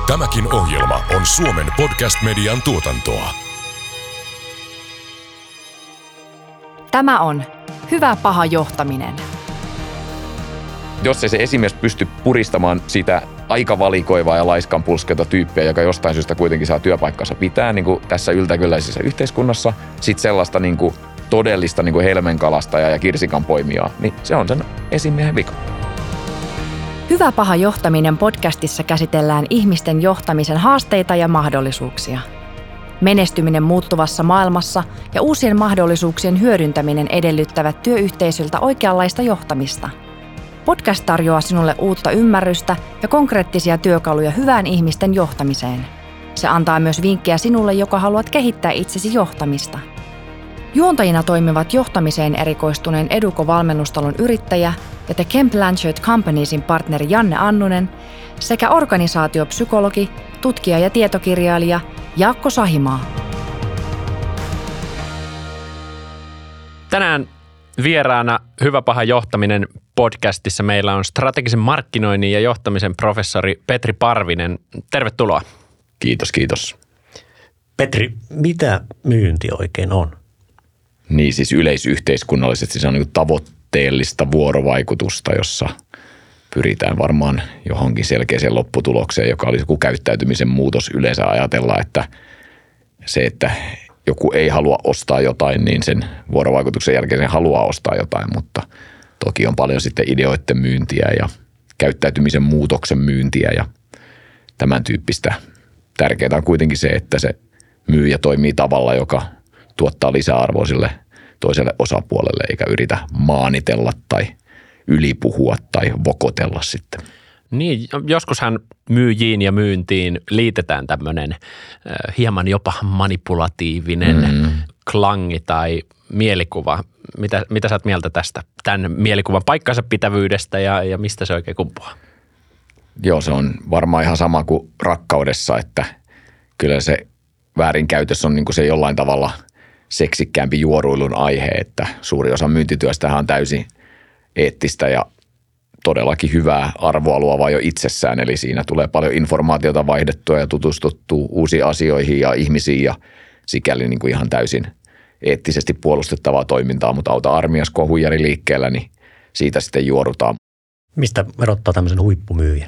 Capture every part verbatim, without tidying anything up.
Tämäkin ohjelma on Suomen podcast-median tuotantoa. Tämä on Hyvä paha johtaminen. Jos ei se esimies pysty puristamaan sitä aika valikoivaa ja laiskan pulsketa tyyppiä, joka jostain syystä kuitenkin saa työpaikkansa pitää niin kuin tässä yltäkylläisessä yhteiskunnassa, sitten sellaista niin kuin todellista niin kuin helmenkalastajaa ja kirsikan poimijaa, niin se on sen esimiehen vika. Hyvä paha johtaminen podcastissa käsitellään ihmisten johtamisen haasteita ja mahdollisuuksia. Menestyminen muuttuvassa maailmassa ja uusien mahdollisuuksien hyödyntäminen edellyttävät työyhteisöltä oikeanlaista johtamista. Podcast tarjoaa sinulle uutta ymmärrystä ja konkreettisia työkaluja hyvään ihmisten johtamiseen. Se antaa myös vinkkejä sinulle, joka haluat kehittää itsesi johtamista. Juontajina toimivat johtamiseen erikoistuneen Eduko-valmennustalon yrittäjä ja The Ken Blanchard Companiesin partneri Janne Annunen sekä organisaatiopsykologi, tutkija ja tietokirjailija Jaakko Sahimaa. Tänään vieraana Hyvä paha johtaminen podcastissa meillä on strategisen markkinoinnin ja johtamisen professori Petri Parvinen. Tervetuloa. Kiitos, kiitos. Petri, mitä myynti oikein on? Niin siis yleisyhteiskunnallisesti se on niin tavoitteellista vuorovaikutusta, jossa pyritään varmaan johonkin selkeäseen lopputulokseen, joka olisi joku käyttäytymisen muutos. Yleensä ajatellaan, että se, että joku ei halua ostaa jotain, niin sen vuorovaikutuksen jälkeen se haluaa ostaa jotain, mutta toki on paljon sitten ideoiden myyntiä ja käyttäytymisen muutoksen myyntiä ja tämän tyyppistä. Tärkeää on kuitenkin se, että se myyjä toimii tavalla, joka tuottaa lisäarvoa sille toiselle osapuolelle, eikä yritä maanitella tai ylipuhua tai vokotella sitten. Niin, joskushan myyjiin ja myyntiin liitetään tämmöinen äh, hieman jopa manipulatiivinen mm. klangi tai mielikuva. Mitä, mitä sä oot mieltä tästä, tämän mielikuvan paikkansa pitävyydestä ja, ja mistä se oikein kumpuaa? Joo, se on varmaan ihan sama kuin rakkaudessa, että kyllä se väärinkäytös on niin kuin se jollain tavalla seksikkäämpi juoruilun aihe, että suuri osa myyntityöstähän on täysin eettistä ja todellakin hyvää arvoa luovaa jo itsessään, eli siinä tulee paljon informaatiota vaihdettua ja tutustuttua uusiin asioihin ja ihmisiin ja sikäli niin kuin ihan täysin eettisesti puolustettavaa toimintaa, mutta auta armias, kun on huijari liikkeellä, niin siitä sitten juorutaan. Mistä erottaa tämmöisen huippumyyjän?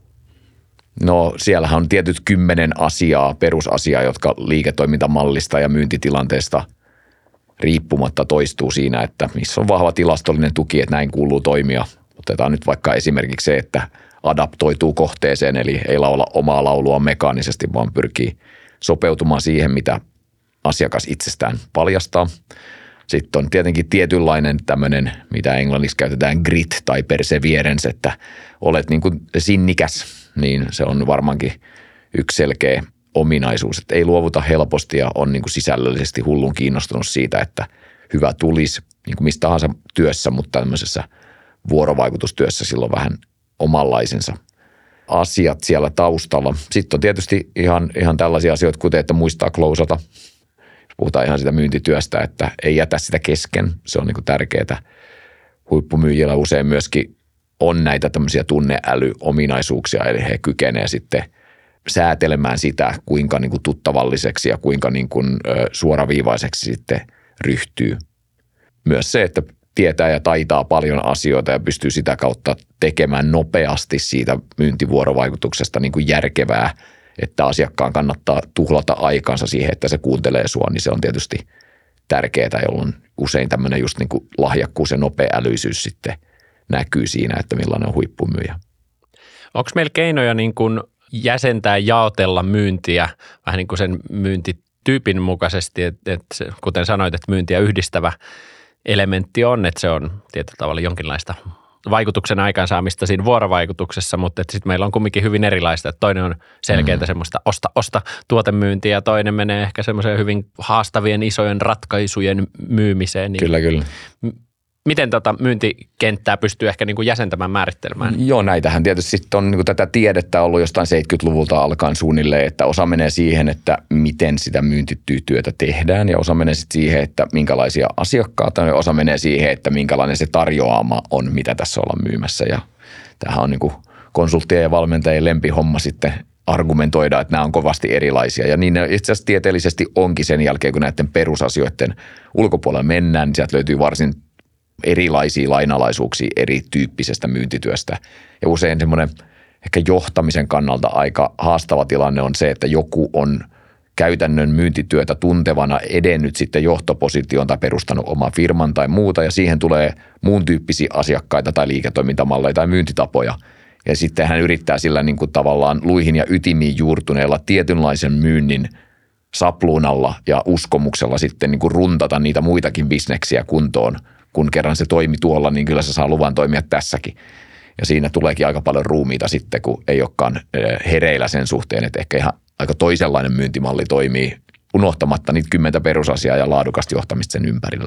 No siellähän on tietyt kymmenen asiaa, perusasiaa, jotka liiketoimintamallista ja myyntitilanteesta riippumatta toistuu siinä, että missä on vahva tilastollinen tuki, että näin kuuluu toimia. Otetaan nyt vaikka esimerkiksi se, että adaptoituu kohteeseen, eli ei laula omaa laulua mekaanisesti, vaan pyrkii sopeutumaan siihen, mitä asiakas itsestään paljastaa. Sitten on tietenkin tietynlainen tämmöinen, mitä englanniksi käytetään grit tai perseverance, että olet niin kuin sinnikäs, niin se on varmaankin yksi selkeä ominaisuus, että ei luovuta helposti ja on niin kuin sisällöllisesti hullun kiinnostunut siitä, että hyvä tulisi niin kuin mistä tahansa työssä, mutta tämmöisessä vuorovaikutustyössä silloin vähän omanlaisensa asiat siellä taustalla. Sitten on tietysti ihan, ihan tällaisia asioita, kuten että muistaa klousata. Puhutaan ihan sitä myyntityöstä, että ei jätä sitä kesken. Se on niin kuin tärkeää. Huippumyyjillä usein myöskin on näitä tämmöisiä tunneälyominaisuuksia, eli he kykenevät sitten säätelemään sitä, kuinka niin kuin tuttavalliseksi ja kuinka niin kuin, ö, suoraviivaiseksi sitten ryhtyy. Myös se, että tietää ja taitaa paljon asioita ja pystyy sitä kautta tekemään nopeasti siitä myyntivuorovaikutuksesta niin kuin järkevää, että asiakkaan kannattaa tuhlata aikansa siihen, että se kuuntelee sua, niin se on tietysti tärkeää, jolloin usein tämmöinen just niin kuin lahjakkuus ja nopea älyisyys sitten näkyy siinä, että millainen on huippumyyjä. Onko meillä keinoja niin kuin jäsentää, jaotella myyntiä vähän niin kuin sen myyntityypin mukaisesti, että, että kuten sanoit, että myyntiä yhdistävä elementti on, että se on tietyllä tavalla jonkinlaista vaikutuksen aikaansaamista siinä vuorovaikutuksessa, mutta sitten meillä on kumminkin hyvin erilaista, että toinen on selkeää mm. semmoista osta, osta tuotemyyntiä ja toinen menee ehkä semmoiseen hyvin haastavien isojen ratkaisujen myymiseen. Niin kyllä, kyllä. Miten tota myyntikenttää pystyy ehkä niin kuin jäsentämään, määrittelemään? Joo, näitähän tietysti sitten on niin kuin tätä tiedettä ollut jostain seitsemänkymmentäluvulta alkaen suunnilleen, että osa menee siihen, että miten sitä myyntityötä tehdään ja osa menee sitten siihen, että minkälaisia asiakkaita on ja osa menee siihen, että minkälainen se tarjoama on, mitä tässä ollaan myymässä. Ja tämähän on niin kuin konsulttien ja valmentajien lempihomma sitten argumentoida, että nämä on kovasti erilaisia. Ja niin ne itse asiassa tieteellisesti onkin sen jälkeen, kun näiden perusasioiden ulkopuolella mennään, niin sieltä löytyy varsin erilaisia lainalaisuuksia erityyppisestä myyntityöstä. Ja usein semmoinen ehkä johtamisen kannalta aika haastava tilanne on se, että joku on käytännön myyntityötä tuntevana edennyt sitten johtopositioon tai perustanut oman firman tai muuta, ja siihen tulee muun tyyppisiä asiakkaita tai liiketoimintamalleja tai myyntitapoja. Ja sitten hän yrittää sillä niin kuin tavallaan luihin ja ytimiin juurtuneella tietynlaisen myynnin sapluunalla ja uskomuksella sitten niin kuin runtata niitä muitakin bisneksiä kuntoon. Kun kerran se toimi tuolla, niin kyllä se saa luvan toimia tässäkin. Ja siinä tuleekin aika paljon ruumiita sitten, kun ei olekaan hereillä sen suhteen, että ehkä ihan aika toisenlainen myyntimalli toimii unohtamatta niitä kymmentä perusasiaa ja laadukasta johtamista sen ympärillä.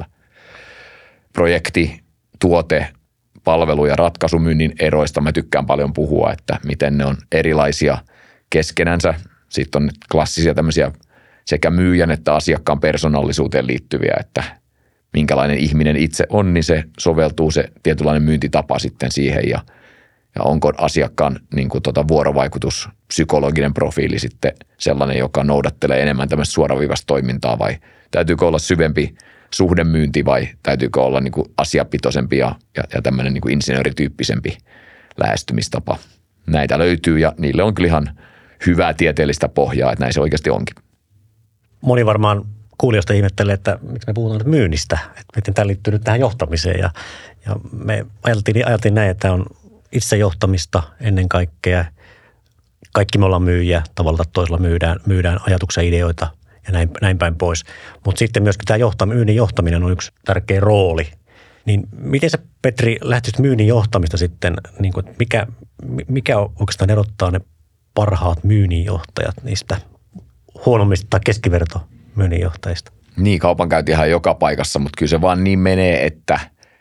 Projekti, tuote, palvelu- ja ratkaisumyynnin eroista mä tykkään paljon puhua, että miten ne on erilaisia keskenänsä. Sitten on klassisia tämmöisiä sekä myyjän että asiakkaan persoonallisuuteen liittyviä, että minkälainen ihminen itse on, niin se soveltuu se tietynlainen myyntitapa sitten siihen ja, ja onko asiakkaan niin kuin tota vuorovaikutus, psykologinen profiili sitten sellainen, joka noudattelee enemmän tämmöistä suoraviivasta toimintaa vai täytyykö olla syvempi suhdemyynti vai täytyykö olla niin kuin asiapitoisempi ja, ja, ja tämmöinen niin kuin insinöörityyppisempi lähestymistapa. Näitä löytyy ja niille on kyllä ihan hyvää tieteellistä pohjaa, että näin se oikeasti onkin. Moni varmaan kuulijoista ihmettelee, että miksi me puhutaan nyt myynnistä, että miten tämä liittyy nyt tähän johtamiseen. Ja, ja me ajateltiin, ajateltiin näin, että on itse johtamista ennen kaikkea. Kaikki me ollaan myyjiä, tavalla tai toisella myydään, myydään ajatuksia, ideoita ja näin, näin päin pois. Mutta sitten myöskin tämä johtaminen, myynnin johtaminen on yksi tärkeä rooli. Niin miten sä, Petri, lähtisit myynnin johtamista sitten, niin kuin, mikä, mikä oikeastaan erottaa ne parhaat myynnin johtajat niistä huonommista tai keskiverto myynninjohtajista? Niin, kaupankäyntihän joka paikassa, mutta kyllä se vaan niin menee, että,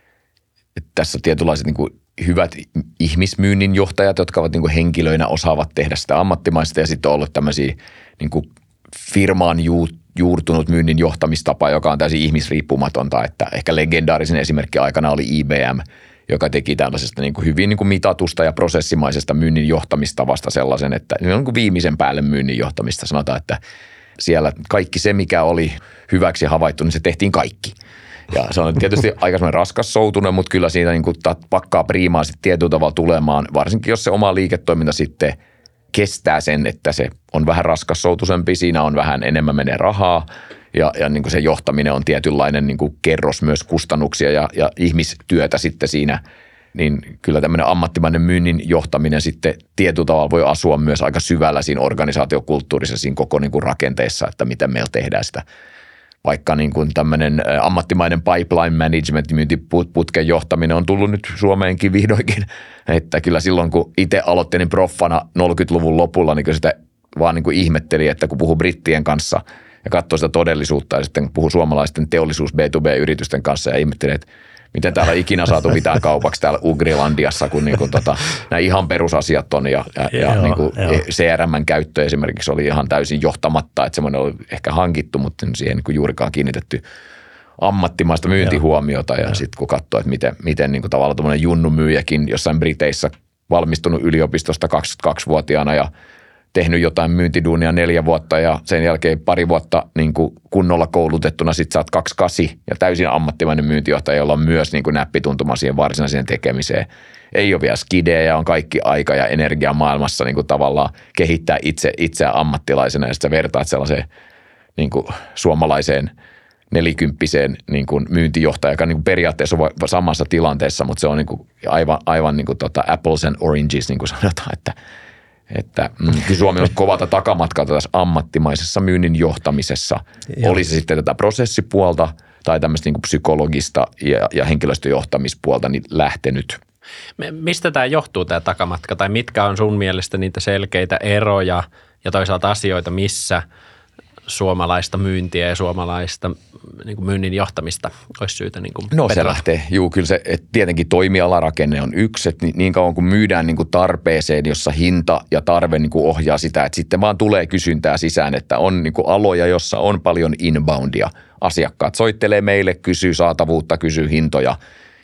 että tässä on tietynlaiset niin kuin hyvät ihmismyynnin johtajat, jotka ovat niin kuin henkilöinä osaavat tehdä sitä ammattimaista ja sitten on ollut tämmöisiä niin kuin firmaan juurtunut myynnin johtamistapa, joka on täysin ihmisriippumatonta, että ehkä legendaarisen esimerkki aikana oli I B M, joka teki tällaisesta niin kuin hyvin niin kuin mitatusta ja prosessimaisesta myynnin johtamistavasta sellaisen, että niin kuin viimeisen päälle myynnin johtamista sanotaan, että siellä kaikki se, mikä oli hyväksi havaittu, niin se tehtiin kaikki. Ja se on tietysti aika semmoinen raskas soutunen, mutta kyllä siitä niin kuin pakkaa priimaa sitten tietyllä tavalla tulemaan, varsinkin jos se oma liiketoiminta sitten kestää sen, että se on vähän raskassoutuisempi, siinä on vähän enemmän menee rahaa ja, ja niin kuin se johtaminen on tietynlainen niin kuin kerros myös kustannuksia ja, ja ihmistyötä sitten siinä, niin kyllä tämmöinen ammattimainen myynnin johtaminen sitten tietyllä tavalla voi asua myös aika syvällä siinä organisaatiokulttuurissa, siinä koko niin kuin rakenteessa, että miten meillä tehdään sitä. Vaikka niin kuin tämmöinen ammattimainen pipeline management, myyntiputken johtaminen on tullut nyt Suomeenkin vihdoinkin, että kyllä silloin kun itse aloittelin proffana neljäkymmentäluvun lopulla, niin kyllä sitä vaan niin kuin ihmetteli, että kun puhuu brittien kanssa ja katsoi sitä todellisuutta ja sitten puhuu suomalaisten teollisuus B to B-yritysten kanssa ja ihmetteli, että miten täällä on ikinä saatu mitään kaupaksi täällä Ugrilandiassa, kun niin kuin tota, nämä ihan perusasiat on ja, ja, ja niin kuin C R M:n käyttö esimerkiksi oli ihan täysin johtamatta, että semmoinen oli ehkä hankittu, mutta siihen niin kuin juurikaan kiinnitetty ammattimaista myyntihuomiota ja, ja sitten kun katsoo, että miten, miten niin kuin tavallaan tuommoinen junnumyyjäkin jossain Briteissä valmistunut yliopistosta kaksikymmentäkaksivuotiaana ja tehnyt jotain myyntiduunia neljä vuotta ja sen jälkeen pari vuotta niin kuin kunnolla koulutettuna sit sä oot kaksikymmentäkahdeksan ja täysin ammattimainen myyntijohtaja, jolla on myös niin kuin näppituntuma siihen varsinaiseen tekemiseen. Ei ole vielä skidejä, on kaikki aika ja energia maailmassa niin kuin tavallaan kehittää itse, itseään ammattilaisena ja sitten sä vertaat sellaiseen niin kuin suomalaiseen nelikymppiseen niin kuin myyntijohtaja, joka niin kuin periaatteessa on samassa tilanteessa, mutta se on niin kuin aivan, aivan niin kuin tota apples and oranges, niin kuin sanotaan, että Että mm, kyllä Suomi on kovata takamatkalta tässä ammattimaisessa myynnin johtamisessa. Joo. Oli se sitten tätä prosessipuolta tai tämmöistä niin kuin psykologista ja, ja henkilöstöjohtamispuolta niin lähtenyt. Mistä tämä johtuu tämä takamatka tai mitkä on sun mielestä niitä selkeitä eroja ja toisaalta asioita, missä suomalaista myyntiä ja suomalaista niin kuin myynnin johtamista olisi syytä niin kuin No petrata? Se lähtee, juu kyllä se, että tietenkin toimialarakenne on yksi, että niin kauan kuin myydään niin kuin tarpeeseen, jossa hinta ja tarve niin kuin ohjaa sitä, että sitten vaan tulee kysyntää sisään, että on niin kuin aloja, jossa on paljon inboundia. Asiakkaat soittelee meille, kysyy saatavuutta, kysyy hintoja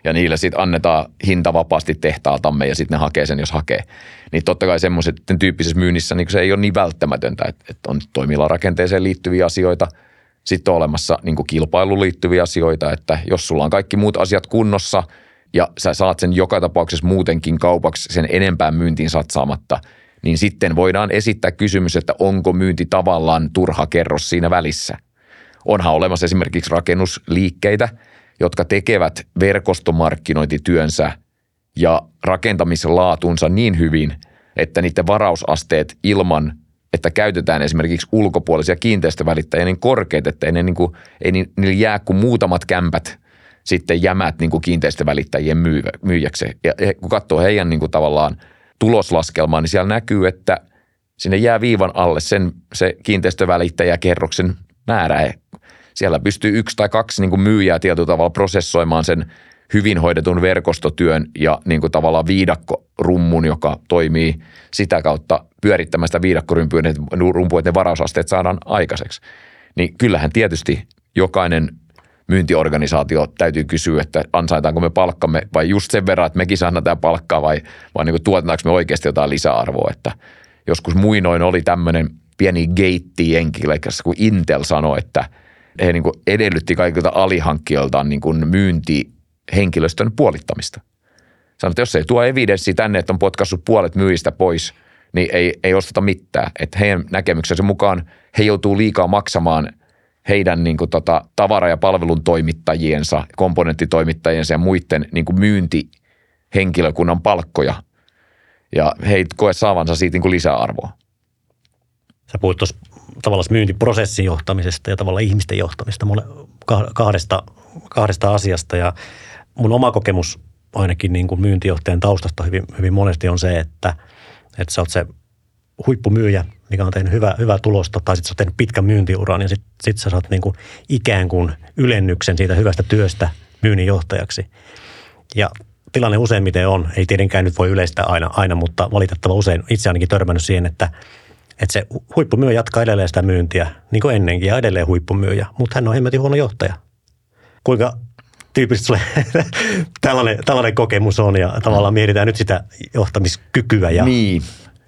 ja niille sitten annetaan hinta vapaasti tehtaaltamme ja sitten ne hakee sen, jos hakee. Niin totta kai semmoisen tyyppisessä myynnissä niin se ei ole niin välttämätöntä, että, että on toimialarakenteeseen liittyviä asioita. Sitten on olemassa niin kuin kilpailuun liittyviä asioita, että jos sulla on kaikki muut asiat kunnossa ja sä saat sen joka tapauksessa muutenkin kaupaksi sen enempään myyntiin satsaamatta, niin sitten voidaan esittää kysymys, että onko myynti tavallaan turha kerros siinä välissä. Onhan olemassa esimerkiksi rakennusliikkeitä, jotka tekevät verkostomarkkinointityönsä ja rakentamislaatunsa niin hyvin, että niiden varausasteet ilman, että käytetään esimerkiksi ulkopuolisia kiinteistövälittäjiä niin korkeat, että ei, ne niin kuin, ei niillä jää kuin muutamat kämpät sitten jämät niin kuin kiinteistövälittäjien myyjäksi. Ja kun katsoo heidän niin kuin tavallaan tuloslaskelmaa, niin siellä näkyy, että sinne jää viivan alle sen, se kiinteistövälittäjäkerroksen määrä. Siellä pystyy yksi tai kaksi niin kuin myyjää tietyllä tavalla prosessoimaan sen hyvin hoidetun verkostotyön ja niin kuin tavallaan viidakkorummun, joka toimii sitä kautta pyörittämästä viidakkorumpuja, että ne varausasteet saadaan aikaiseksi. Niin kyllähän tietysti jokainen myyntiorganisaatio täytyy kysyä, että ansaitaanko me palkkamme vai just sen verran, että mekin saadaan palkkaa vai, vai niin kuin tuotetaanko me oikeasti jotain lisäarvoa. Että joskus muinoin oli tämmöinen pieni geitti jenkiläkässä, kun Intel sanoi, että he niin kuin edellytti kaikilta alihankkijoiltaan niin kuin myyntihenkilöstön puolittamista. Sanoit, että jos ei tuo evidenssi tänne, että on potkaissut puolet myyjistä pois, niin ei, ei osteta mitään. Että heidän näkemyksensä mukaan he joutuu liikaa maksamaan heidän niin kuin tota, tavara- ja palvelun toimittajiensa, komponenttitoimittajiensa ja muiden niin kuin myyntihenkilökunnan palkkoja. Ja he ei koe saavansa siitä niin kuin lisäarvoa. Sä puhuit tuossa tavallaan myyntiprosessin johtamisesta ja tavallaan ihmisten johtamista kahdesta, kahdesta asiasta. Ja mun oma kokemus ainakin niin kuin myyntijohtajan taustasta hyvin, hyvin monesti on se, että, että sä oot se huippumyyjä, mikä on tehnyt hyvää, hyvää tulosta, tai sitten sä oot tehnyt pitkän myyntiuran ja sitten sit sä saat niin kuin ikään kuin ylennyksen siitä hyvästä työstä myynnin johtajaksi. Ja tilanne useimmiten on, ei tietenkään nyt voi yleistää aina, aina mutta valitettava usein itse ainakin törmännyt siihen, että Että se huippumyyjä jatkaa edelleen sitä myyntiä, niin kuin ennenkin, ja edelleen huippumyyjä, mutta hän on hemmetin huono johtaja. Kuinka tyypillisesti sulle tällainen, tällainen kokemus on, ja tavallaan mietitään nyt sitä johtamiskykyä. Ja niin.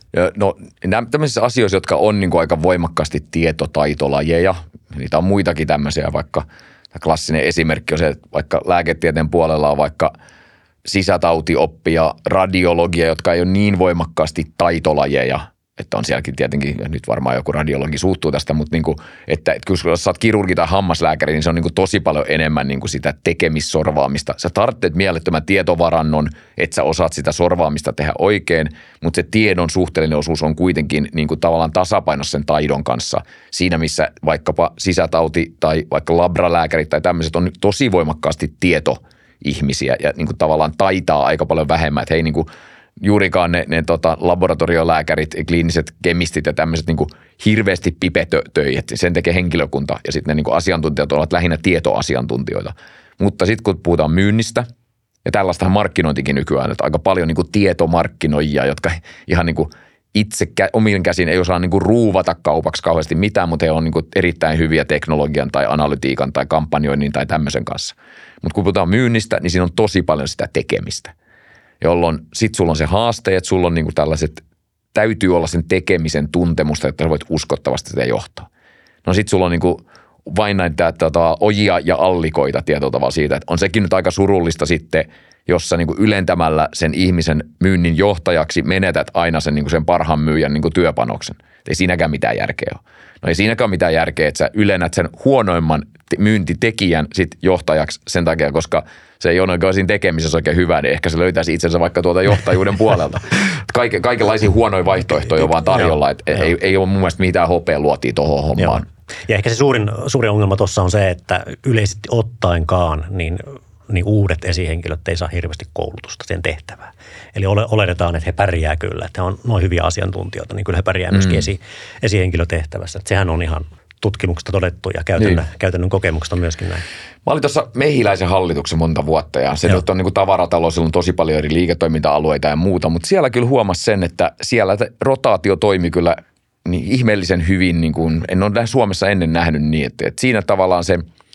No nämä tämmöisissä asioissa, jotka on niin kuin aika voimakkaasti tietotaitolajeja, niitä on muitakin tämmöisiä, vaikka klassinen esimerkki on se, että vaikka lääketieteen puolella on vaikka sisätautioppi ja radiologia, jotka ei ole niin voimakkaasti taitolajeja, että on sielläkin tietenkin, nyt varmaan joku radiologi suuttuu tästä, mutta niin kuin, että, että kun sä oot kirurgi tai hammaslääkäri, niin se on niin kuin tosi paljon enemmän niin kuin sitä tekemissorvaamista. Sä tarvitset mielettömän tietovarannon, että sä osaat sitä sorvaamista tehdä oikein, mutta se tiedon suhteellinen osuus on kuitenkin niin kuin tavallaan tasapainossa sen taidon kanssa. Siinä, missä vaikkapa sisätauti tai vaikka labralääkärit tai tämmöiset on tosi voimakkaasti tietoihmisiä ja niin kuin tavallaan taitaa aika paljon vähemmän, että hei niin kuin juurikaan ne, ne tota, laboratoriolääkärit, kliiniset kemistit ja tämmöiset niin kuin hirveästi pipetöi, sen tekee henkilökunta ja sitten ne niin kuin asiantuntijat ovat lähinnä tietoasiantuntijoita. Mutta sitten kun puhutaan myynnistä, ja tällaistahan markkinointikin nykyään, että aika paljon niin kuin tietomarkkinoijia, jotka ihan niin kuin itse omien käsin ei osaa niin kuin ruuvata kaupaksi kauheasti mitään, mutta he on niin kuin erittäin hyviä teknologian tai analytiikan tai kampanjoinnin tai tämmöisen kanssa. Mutta kun puhutaan myynnistä, niin siinä on tosi paljon sitä tekemistä. Jolloin sitten sulla on se haaste, että sulla on niinku tällaiset, täytyy olla sen tekemisen tuntemusta, että sä voit uskottavasti sitä johtaa. No sitten sulla on niinku vain näitä tota, ojia ja allikoita tietyllä tavalla siitä, että on sekin nyt aika surullista sitten, jos sä niinku ylentämällä sen ihmisen myynnin johtajaksi menetät aina sen, niinku sen parhaan myyjän niinku työpanoksen. Ei siinäkään mitään järkeä ole. No ei siinäkään mitään järkeä, että sä ylennät sen huonoimman myyntitekijän sit johtajaksi sen takia, koska se ei ole oikein siinä tekemisessä oikein hyvä, niin ehkä se löytäisi itsensä vaikka tuolta johtajuuden puolelta. Kaike, kaikenlaisia huonoja vaihtoehtoja on vaan tarjolla, että ei, ei ole mun mielestä mitään hopea luotia tuohon hommaan. Joo. Ja ehkä se suurin, suurin ongelma tuossa on se, että yleisesti ottaenkaan niin, niin uudet esihenkilöt ei saa hirveästi koulutusta sen tehtävään. Eli oletetaan, että he pärjää kyllä, että he on noin hyviä asiantuntijoita, niin kyllä he pärjää myöskin mm. esi, esihenkilötehtävässä. Että sehän on ihan tutkimuksesta todettu ja käytännön, niin. käytännön kokemuksesta myöskin näin. Mä olin tuossa Mehiläisen hallituksen monta vuotta ja se Joo. nyt on niin kuin tavaratalous, on tosi paljon eri liiketoiminta-alueita ja muuta, mutta siellä kyllä huomasi sen, että siellä rotaatio toimi kyllä niin ihmeellisen hyvin, niin kuin en ole Suomessa ennen nähnyt niin, että, että siinä tavallaan se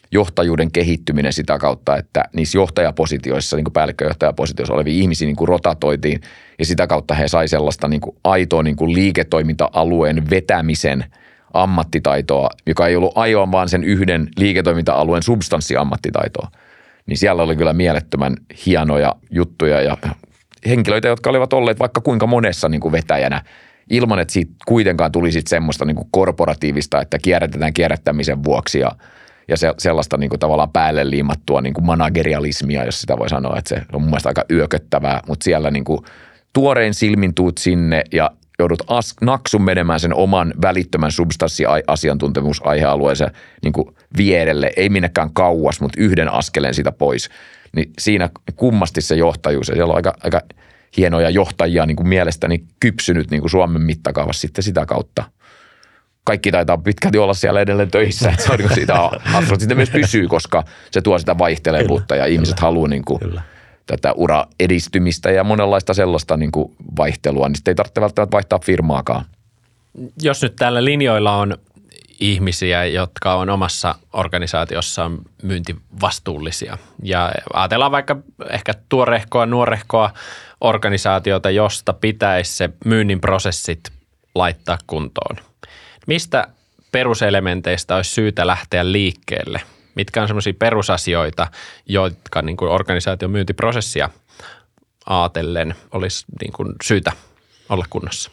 johtajuuden kehittyminen sitä kautta, että niissä johtajapositioissa, niin kuin päällikköjohtajapositioissa olevia ihmisiä niin kuin rotatoitiin ja sitä kautta he sai sellaista niin kuin aitoa niin kuin liiketoiminta-alueen vetämisen ammattitaitoa, joka ei ollut aivan vaan sen yhden liiketoiminta-alueen substanssiammattitaitoa. Niin siellä oli kyllä mielettömän hienoja juttuja ja henkilöitä, jotka olivat olleet vaikka kuinka monessa niin kuin vetäjänä, ilman että siitä kuitenkaan tuli sitten semmoista niin kuin korporatiivista, että kierrätetään kierrättämisen vuoksi ja, ja se, sellaista niin kuin tavallaan päälle liimattua niin kuin managerialismia, jos sitä voi sanoa, että se on mun mielestä aika yököttävää, mutta siellä niin kuin tuorein silmin tuut sinne ja joudut as, naksun menemään sen oman välittömän substanssiasiantuntemusaihealueensa niin kuin vierelle, ei minnekään kauas, mutta yhden askeleen sitä pois. Niin siinä kummasti se johtajuus ja siellä on aika, aika hienoja johtajia niin kuin mielestäni kypsynyt niin kuin Suomen mittakaavassa sitten sitä kautta. Kaikki taitaa pitkälti olla siellä edelleen töissä, että se on niin kuin siitä asfalt sitten myös pysyy, koska se tuo sitä vaihtelevuutta ja ihmiset kyllä, haluaa niin kuin tätä ura edistymistä ja monenlaista sellaista niin kuin vaihtelua, niin sitten ei tarvitse välttämättä vaihtaa firmaakaan. Jos nyt täällä linjoilla on ihmisiä, jotka on omassa organisaatiossaan myyntivastuullisia ja ajatellaan vaikka ehkä tuorehkoa, nuorehkoa organisaatiota, josta pitäisi se myynnin prosessit laittaa kuntoon. Mistä peruselementeistä olisi syytä lähteä liikkeelle? Mitkä on semmoisia perusasioita, jotka niin kuin organisaation myyntiprosessia ajatellen olisi niin kuin syytä olla kunnossa?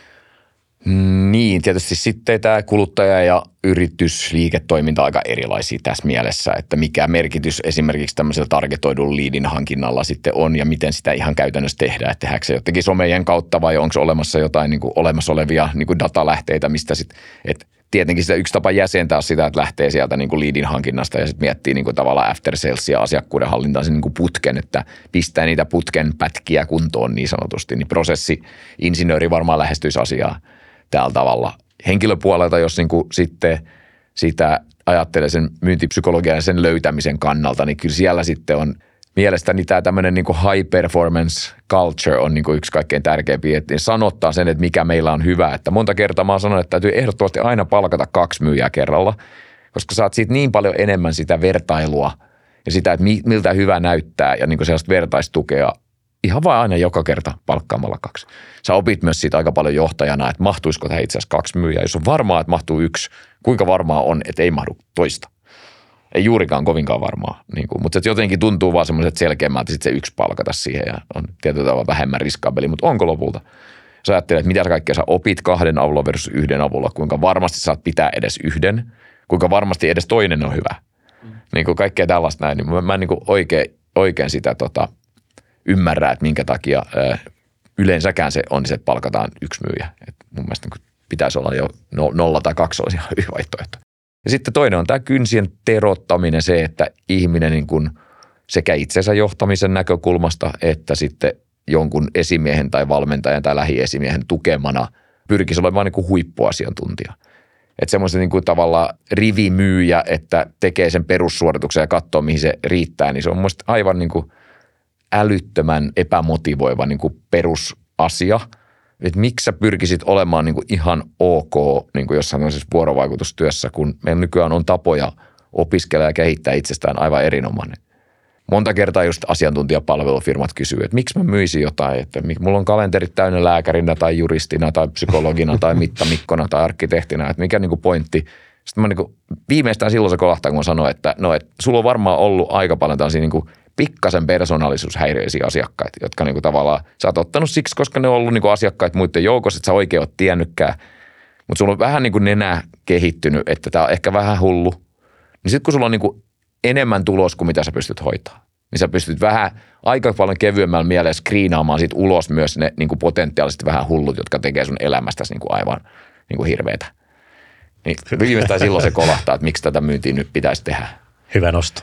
Niin, tietysti sitten tämä kuluttaja- ja yritysliiketoiminta on aika erilaisia tässä mielessä, että mikä merkitys esimerkiksi tämmöisellä targetoidun liidin hankinnalla sitten on ja miten sitä ihan käytännössä tehdään, että tehdäänkö se jotenkin somejen kautta vai onko olemassa jotain niin kuin olemassa olevia niin kuin datalähteitä, mistä sitten, että tietenkin sitä yksi tapa jäsentää sitä, että lähtee sieltä niin kuin liidin hankinnasta ja sitten miettii niin kuin tavallaan after sales ja asiakkuuden hallintaan sen niin kuin putken, että pistää niitä putken pätkiä kuntoon niin sanotusti, niin prosessi-insinööri varmaan lähestyisi asiaa tällä tavalla. Henkilöpuolelta, jos niin kuin sitten sitä ajattelee sen myyntipsykologian ja sen löytämisen kannalta, niin kyllä siellä sitten on mielestäni tämä tämmöinen niin kuin high performance culture on niin kuin yksi kaikkein tärkeimpiä, että sanottaa sen, että mikä meillä on hyvä. Että monta kertaa mä oon sanonut, että täytyy ehdottomasti aina palkata kaksi myyjää kerralla, koska saat siitä niin paljon enemmän sitä vertailua ja sitä, että miltä hyvä näyttää ja niin kuin sellaista vertaistukea ihan vaan aina joka kerta palkkaamalla kaksi. Sä opit myös siitä aika paljon johtajana, että mahtuisiko tähän itse asiassa kaksi myyjää. Jos on varmaa, että mahtuu yksi, kuinka varmaa on, että ei mahdu toista. Ei juurikaan kovinkaan varmaa, niin kuin, mutta se jotenkin tuntuu vaan semmoiset selkeämmältä sitten se yksi palkata siihen ja on tietyllä tavalla vähemmän riskaabeli, mutta onko lopulta? Sä ajattelet, että mitä sä kaikkea sä opit kahden avulla versus yhden avulla, kuinka varmasti saat pitää edes yhden, kuinka varmasti edes toinen on hyvä. Mm. Niin kuin kaikkea tällaista näin, niin mä, mä en niin kuin oikein, oikein sitä tota, ymmärrä, että minkä takia ö, yleensäkään se on, että palkataan yksi myyjä. Et mun mielestä niin pitäisi olla jo no, nolla tai kaksi olisi ihan hyvä vaihtoehto. Ja sitten toinen on tämä kynsien terottaminen, se, että ihminen niin kuin sekä itsensä johtamisen näkökulmasta, että sitten jonkun esimiehen tai valmentajan tai lähiesimiehen tukemana pyrkisi olemaan niin kuin huippuasiantuntija. Että semmoisen niin kuin tavallaan rivimyyjä, että tekee sen perussuorituksen ja katsoo, mihin se riittää, niin se on mun mielestä aivan niin kuin älyttömän epämotivoiva niin kuin perusasia. Että miksi sä pyrkisit olemaan niin kuin ihan ok niin kuin jossain vuorovaikutustyössä, kun meillä nykyään on tapoja opiskella ja kehittää itsestään aivan erinomainen. Monta kertaa just asiantuntijapalvelufirmat kysyy, että miksi mä myisin jotain, että mulla on kalenterit täynnä lääkärinä tai juristina tai psykologina tai mittamikkona tai arkkitehtinä, että mikä niin kuin pointti. Sitten mä niin kuin, viimeistään silloin se kolahtaa, kun mä sanoin, että no, että sulla on varmaan ollut aika paljon tällaisia niin kuin pikkasen persoonallisuushäiriöisiä asiakkaita, jotka niinku tavallaan, sä oot ottanut siksi, koska ne on ollut niinku asiakkaita muiden joukossa, että sä oikein oot tiennytkään. Mutta sulla on vähän niinku nenä kehittynyt, että tää on ehkä vähän hullu. Niin sitten kun sulla on niinku enemmän tulos kuin mitä sä pystyt hoitaa, niin sä pystyt vähän aika paljon kevyemmällä mielellä skriinaamaan siitä ulos myös ne niinku potentiaalisesti vähän hullut, jotka tekee sun elämästäsi niinku aivan niinku hirveetä. Niin viimeistään silloin se kolahtaa, että miksi tätä myyntiä nyt pitäisi tehdä. Hyvä nosto.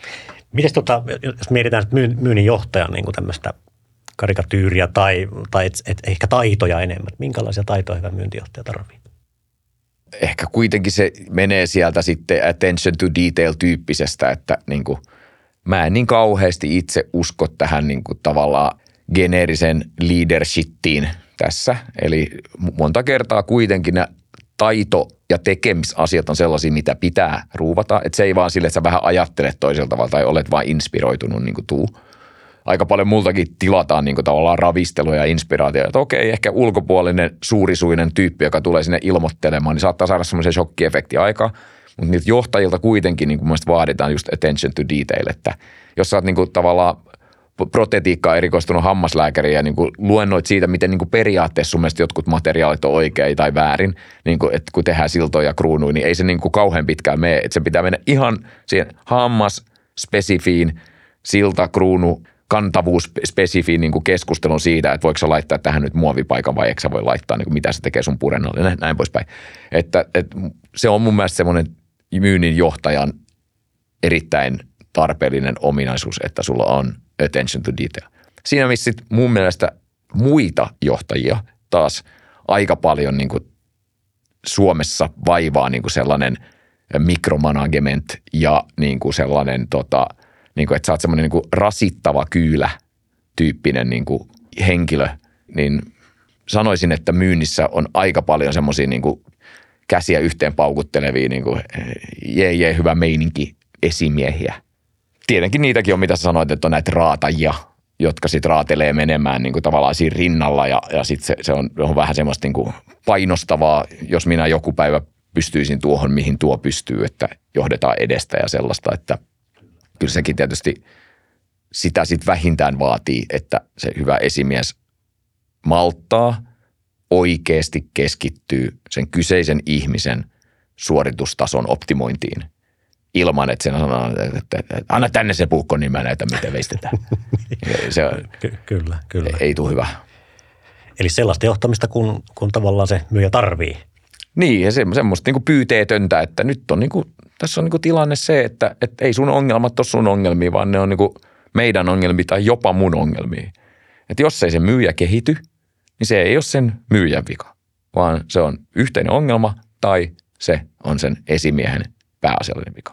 Miten tota, jos mietitään myynnin johtajan niin kuin tämmöistä karikatyyriä tai, tai et, et ehkä taitoja enemmän, minkälaisia taitoja hyvä myyntijohtaja tarvitsee? Ehkä kuitenkin se menee sieltä sitten attention to detail -tyyppisestä, että niin kuin, mä en niin kauheasti itse usko tähän niin kuin tavallaan geneerisen leadershipiin tässä. Eli monta kertaa kuitenkin ne taito ja tekemisasiat on sellaisia, mitä pitää ruuvata. Että se ei vaan sille, että sä vähän ajattelet toisella tavalla tai olet vaan inspiroitunut niin kuin tuu. Aika paljon multakin tilataan niin kuin tavallaan ravistelua ja inspiraatioita. Että okei, ehkä ulkopuolinen suurisuinen tyyppi, joka tulee sinne ilmoittelemaan, niin saattaa saada semmoisen shokkiefekti aikaa. Mutta niitä johtajilta kuitenkin niin kuin mun mielestä vaaditaan just attention to detail, että jos sä oot niin kuin tavallaan protetiikkaa erikoistunut hammaslääkäri ja niin kuin luennoit siitä, miten niin kuin periaatteessa sun mielestä jotkut materiaalit on oikein tai väärin, niin kuin, että kun tehdään siltoja ja kruunuja, niin ei se niin kuin kauhean pitkään mene, että se pitää mennä ihan siihen hammas-spesifiin silta, kruunu, kantavuus-spesifiin niin kuin keskustelun siitä, että voiko sä laittaa tähän nyt muovipaikan vai eikö sä voi laittaa, niin kuin mitä se tekee sun purennalle, näin, näin poispäin. Että, että se on mun mielestä semmoinen myynnin johtajan erittäin tarpeellinen ominaisuus, että sulla on attention to detail. Siinä missä sit mun mielestä muita johtajia taas aika paljon niin kuin Suomessa vaivaa niin kuin sellainen micromanagement ja niin kuin sellainen, tota, niin kuin, että sä oot semmoinen niin kuin rasittava kyylä tyyppinen niin kuin henkilö, niin sanoisin, että myynnissä on aika paljon semmoisia niin kuin käsiä yhteen paukuttelevia, niin kuin jee, jee, hyvä meininki esimiehiä. Tietenkin niitäkin on, mitä sä sanoit, että on näitä raatajia, jotka sitten raatelee menemään niin kuin tavallaan siinä rinnalla ja, ja sitten se, se on, on vähän semmoista niin kuin painostavaa, jos minä joku päivä pystyisin tuohon, mihin tuo pystyy, että johdetaan edestä ja sellaista, että kyllä sekin tietysti sitä sitten vähintään vaatii, että se hyvä esimies malttaa, oikeasti keskittyy sen kyseisen ihmisen suoritustason optimointiin ilman, että sen sanoo, että, että, että anna tänne se puukko, niin mä näytän, miten veistetään. Se Ky- kyllä, kyllä. Ei tule hyvä. Eli sellaista johtamista, kun, kun tavallaan se myyjä tarvii. Niin, ja se, semmoista niin kuin pyyteetöntä, että nyt on niin kuin, tässä on niin kuin tilanne se, että, että ei sun ongelmat ole sun ongelmia, vaan ne on niin kuin meidän ongelmia tai jopa mun ongelmia. Että jos ei se myyjä kehity, niin se ei ole sen myyjän vika, vaan se on yhteinen ongelma tai se on sen esimiehen pääasiallinen vika.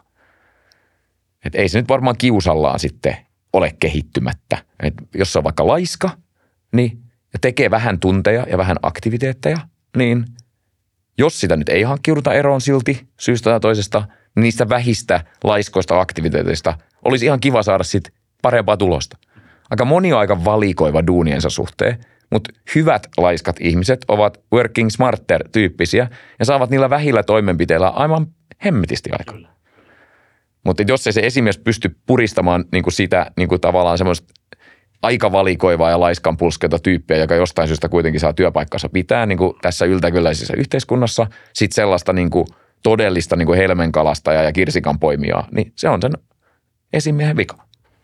Et ei se nyt varmaan kiusallaan sitten ole kehittymättä. Et jos se on vaikka laiska niin, ja tekee vähän tunteja ja vähän aktiviteetteja, niin jos sitä nyt ei hankkiuduta eroon silti syystä tai toisesta, niin niistä vähistä laiskoista aktiviteeteista olisi ihan kiva saada sitten parempaa tulosta. Aika moni on aika valikoiva duuniensa suhteen, mutta hyvät laiskat ihmiset ovat working smarter-tyyppisiä ja saavat niillä vähillä toimenpiteillä aivan hemmetisti aikaa. Mutta jos ei se esimies pysty puristamaan niinku sitä niinku tavallaan semmoista aika valikoivaa ja laiskan pulsketa tyyppiä, joka jostain syystä kuitenkin saa työpaikkansa pitää niinku tässä yltäkylläisessä yhteiskunnassa, sitten sellaista niinku todellista niinku helmenkalastajaa ja kirsikan poimijaa, niin se on sen esimiehen vika.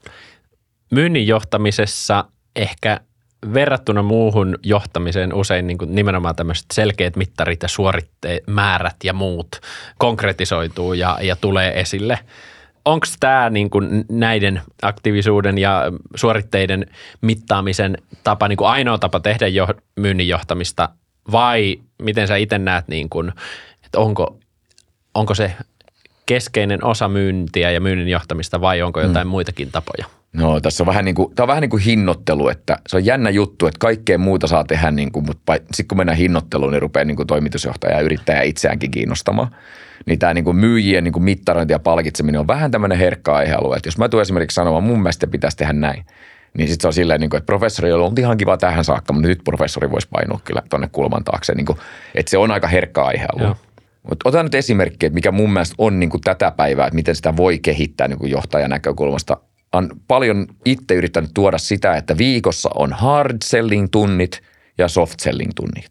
Myynnin johtamisessa ehkä verrattuna muuhun johtamiseen usein niin kuin nimenomaan tämmöiset selkeät mittarit ja suorittemäärät ja muut konkretisoituu ja, ja tulee esille. Onko tämä niin kuin näiden aktiivisuuden ja suoritteiden mittaamisen tapa niin kuin ainoa tapa tehdä jo, myynnin johtamista vai miten sä itse näet, niin kuin, että onko, onko se keskeinen osa myyntiä ja myynnin johtamista vai onko jotain hmm. muitakin tapoja? No tässä on vähän niin kuin, tämä on vähän niin kuin hinnoittelu, että se on jännä juttu, että kaikkea muuta saa tehdä, niin kuin, mutta sitten kun mennään hinnoitteluun, niin rupeaa niin kuin toimitusjohtaja ja yrittäjä itseäänkin kiinnostamaan. Niin tämä niin kuin myyjien niin kuin mittarointi ja palkitseminen on vähän tämmöinen herkkä aihealue, että jos mä tulen esimerkiksi sanomaan, mun mielestä pitäisi tehdä näin, niin sitten se on silleen, että professori on ollut ihan kiva tähän saakka, mutta nyt professori voisi painua kyllä tuonne kulman taakse, niin kuin, että se on aika herkkä aihealue. Joo. Mutta otan nyt esimerkki, että mikä mun mielestä on niin kuin tätä päivää, että miten sitä voi kehittää niin kuin johtajan näkökulmasta. On paljon itse yrittänyt tuoda sitä, että viikossa on hard selling tunnit ja soft selling tunnit.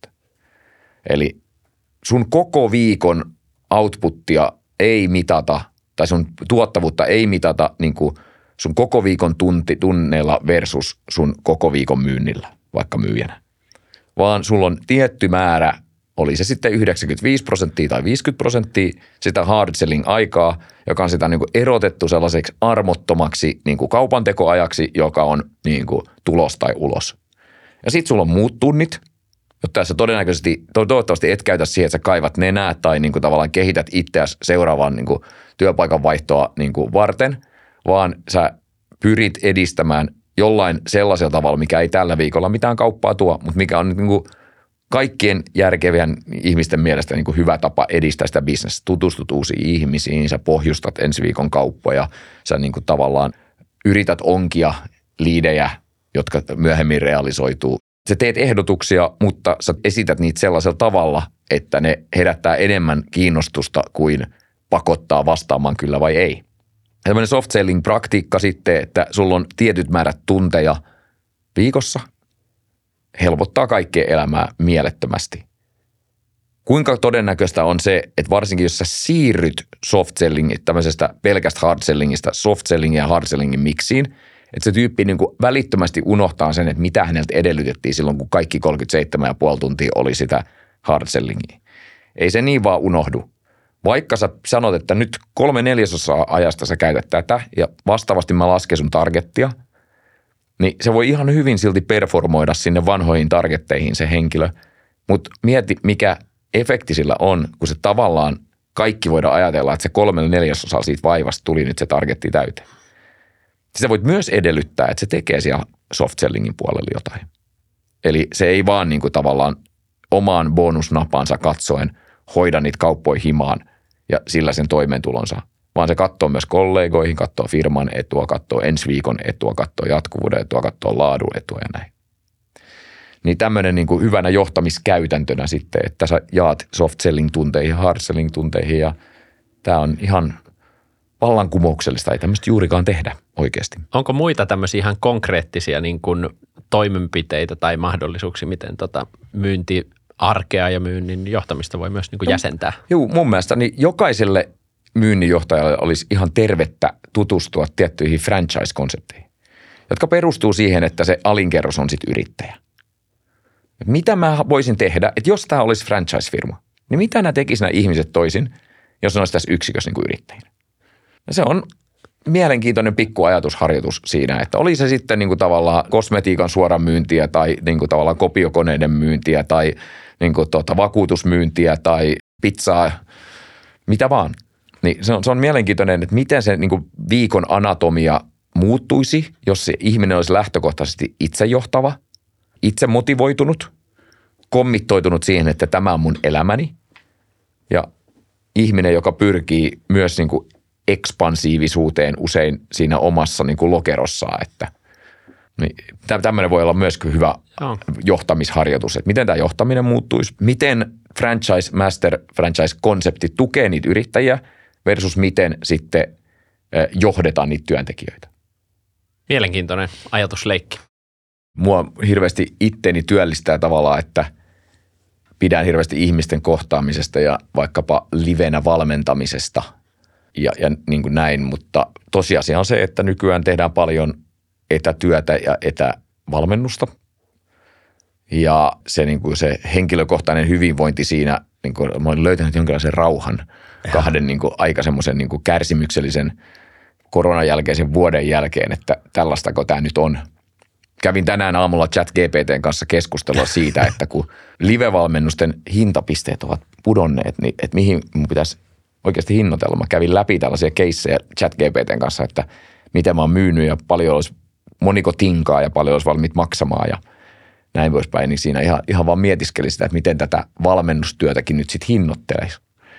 Eli sun koko viikon outputtia ei mitata tai sun tuottavuutta ei mitata niin kuin sun koko viikon tunti, tunneilla versus sun koko viikon myynnillä, vaikka myyjänä. Vaan sulla on tietty määrä, oli se sitten yhdeksänkymmentäviisi prosenttia tai viisikymmentä prosenttia sitä hard selling aikaa, joka on sitä niin kuin erotettu sellaiseksi armottomaksi niin kuin kaupantekoajaksi, joka on niin kuin tulos tai ulos. Ja sitten sulla on muut tunnit, jotta sä todennäköisesti, toivottavasti et käytä siihen, että sä kaivat nenää tai niin kuin tavallaan kehität itseäsi seuraavaan niin kuin työpaikan vaihtoa niin kuin varten, vaan sä pyrit edistämään jollain sellaisella tavalla, mikä ei tällä viikolla mitään kauppaa tuo, mutta mikä on niin kuin kaikkien järkevien ihmisten mielestä niin kuin hyvä tapa edistää sitä bisnestä. Tutustut uusiin ihmisiin, sä pohjustat ensi viikon kauppoja, sä niin kuin tavallaan yrität onkia liidejä, jotka myöhemmin realisoituu. Sä teet ehdotuksia, mutta sä esität niitä sellaisella tavalla, että ne herättää enemmän kiinnostusta kuin pakottaa vastaamaan kyllä vai ei. Tällainen soft selling praktiikka sitten, että sulla on tietyt määrät tunteja viikossa, helpottaa kaikkea elämää mielettömästi. Kuinka todennäköistä on se, että varsinkin jos sä siirryt soft sellingin, tämmöisestä pelkästä hard sellingistä soft sellingin ja hard sellingin miksiin, että se tyyppi niin kuin välittömästi unohtaa sen, että mitä häneltä edellytettiin silloin, kun kaikki kolmekymmentäseitsemän pilkku viisi tuntia oli sitä hard sellingia. Ei se niin vaan unohdu. Vaikka sä sanot, että nyt kolme neljäsosaa ajasta sä käytät tätä ja vastaavasti mä lasken sun targettia, niin se voi ihan hyvin silti performoida sinne vanhoihin targetteihin se henkilö. Mutta mieti, mikä efekti sillä on, kun se tavallaan kaikki voidaan ajatella, että se kolme neljäsosaa siitä vaivasta tuli nyt se targetti täyteen. Sitä voit myös edellyttää, että se tekee siellä soft sellingin puolella jotain. Eli se ei vaan niin kuin tavallaan omaan bonusnapansa katsoen hoida niitä kauppoja himaan ja sillä sen toimeentulonsa, vaan se katsoo myös kollegoihin, katsoo firman etua, katsoo ensi viikon etua, katsoo jatkuvuuden etua, katsoo laadun etua ja näin. Niin tämmöinen niin kuin hyvänä johtamiskäytäntönä sitten, että sä jaat soft selling tunteihin, hard selling tunteihin ja tämä on ihan vallankumouksellista, ei tämmöistä juurikaan tehdä oikeasti. Onko muita tämmöisiä ihan konkreettisia niin kuin toimenpiteitä tai mahdollisuuksia, miten tota myyntiarkea ja myynnin johtamista voi myös niin kuin jäsentää? Joo, mun mielestä niin jokaiselle myynninjohtajalle olisi ihan tervettä tutustua tiettyihin franchise-konsepteihin, jotka perustuu siihen, että se alinkerros on sitten yrittäjä. Mitä mä voisin tehdä, että jos tämä olisi franchise-firma, niin mitä nämä tekisivät nämä ihmiset toisin, jos ne olisi tässä yksikössä niin kuin yrittäjinä? Ja se on mielenkiintoinen pikku ajatusharjoitus siinä, että oli se sitten niin kuin tavallaan kosmetiikan suoran myyntiä tai niin kuin tavallaan kopiokoneiden myyntiä tai niin kuin tuota, vakuutusmyyntiä tai pizzaa, mitä vaan. Niin se on, se on mielenkiintoinen, että miten se niin kuin viikon anatomia muuttuisi, jos se ihminen olisi lähtökohtaisesti itsejohtava, itse motivoitunut, kommittoitunut siihen, että tämä on mun elämäni ja ihminen, joka pyrkii myös niin kuin ekspansiivisuuteen usein siinä omassa niin kuin lokerossaan, että niin, tämmöinen voi olla myös hyvä oh. johtamisharjoitus, että miten tämä johtaminen muuttuisi, miten franchise master franchise-konsepti tukee niitä yrittäjiä versus miten sitten johdetaan niitä työntekijöitä. Mielenkiintoinen ajatusleikki. Mua hirveästi itteni työllistää tavallaan, että pidän hirveästi ihmisten kohtaamisesta ja vaikkapa livenä valmentamisesta ja, ja niin kuin näin, mutta tosiasia on se, että nykyään tehdään paljon etätyötä ja etävalmennusta ja se, niin kuin se henkilökohtainen hyvinvointi siinä, niin kuin, mä olen löytänyt jonkinlaisen rauhan kahden niin kuin, aika semmoisen niin kuin kärsimyksellisen koronan jälkeisen vuoden jälkeen, että tällaistako tämä nyt on. Kävin tänään aamulla ChatGPTn kanssa keskustelua siitä, että kun live-valmennusten hintapisteet ovat pudonneet, niin että mihin mun pitäisi oikeasti hinnoitella. Mä kävin läpi tällaisia keissejä ChatGPTn kanssa, että miten mä oon myynyt ja paljon olisi, moniko tinkaa ja paljon olisi valmiit maksamaan ja näin poispäin. Niin siinä ihan, ihan vaan mietiskeli sitä, että miten tätä valmennustyötäkin nyt sitten hinnoittelisi.